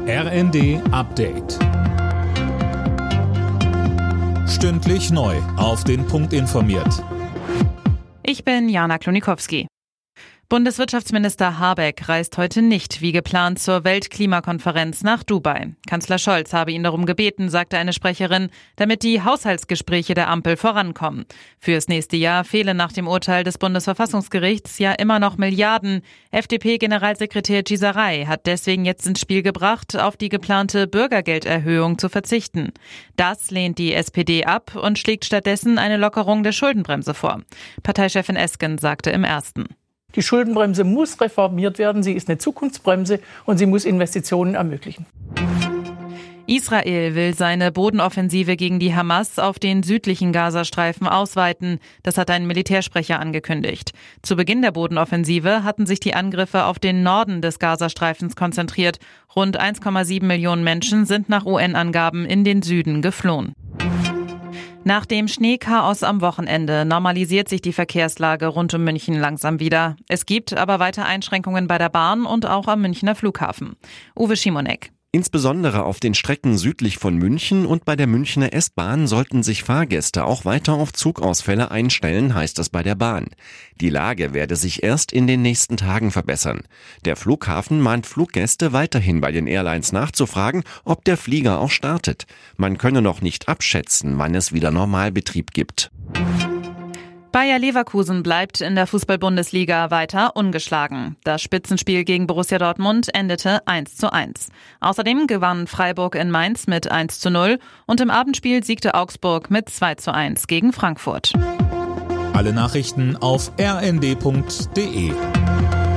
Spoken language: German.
RND Update. Stündlich neu auf den Punkt informiert. Ich bin Jana Klonikowski. Bundeswirtschaftsminister Habeck reist heute nicht wie geplant zur Weltklimakonferenz nach Dubai. Kanzler Scholz habe ihn darum gebeten, sagte eine Sprecherin, damit die Haushaltsgespräche der Ampel vorankommen. Fürs nächste Jahr fehlen nach dem Urteil des Bundesverfassungsgerichts ja immer noch Milliarden. FDP-Generalsekretär Gisarei hat deswegen jetzt ins Spiel gebracht, auf die geplante Bürgergelderhöhung zu verzichten. Das lehnt die SPD ab und schlägt stattdessen eine Lockerung der Schuldenbremse vor. Parteichefin Esken sagte im Ersten: Die Schuldenbremse muss reformiert werden, sie ist eine Zukunftsbremse und sie muss Investitionen ermöglichen. Israel will seine Bodenoffensive gegen die Hamas auf den südlichen Gazastreifen ausweiten. Das hat ein Militärsprecher angekündigt. Zu Beginn der Bodenoffensive hatten sich die Angriffe auf den Norden des Gazastreifens konzentriert. Rund 1,7 Millionen Menschen sind nach UN-Angaben in den Süden geflohen. Nach dem Schneechaos am Wochenende normalisiert sich die Verkehrslage rund um München langsam wieder. Es gibt aber weiter Einschränkungen bei der Bahn und auch am Münchner Flughafen. Uwe Schimonek. Insbesondere auf den Strecken südlich von München und bei der Münchner S-Bahn sollten sich Fahrgäste auch weiter auf Zugausfälle einstellen, heißt es bei der Bahn. Die Lage werde sich erst in den nächsten Tagen verbessern. Der Flughafen mahnt Fluggäste weiterhin bei den Airlines nachzufragen, ob der Flieger auch startet. Man könne noch nicht abschätzen, wann es wieder Normalbetrieb gibt. Bayer Leverkusen bleibt in der Fußball-Bundesliga weiter ungeschlagen. Das Spitzenspiel gegen Borussia Dortmund endete 1:1. Außerdem gewann Freiburg in Mainz mit 1:0 und im Abendspiel siegte Augsburg mit 2:1 gegen Frankfurt. Alle Nachrichten auf rnd.de.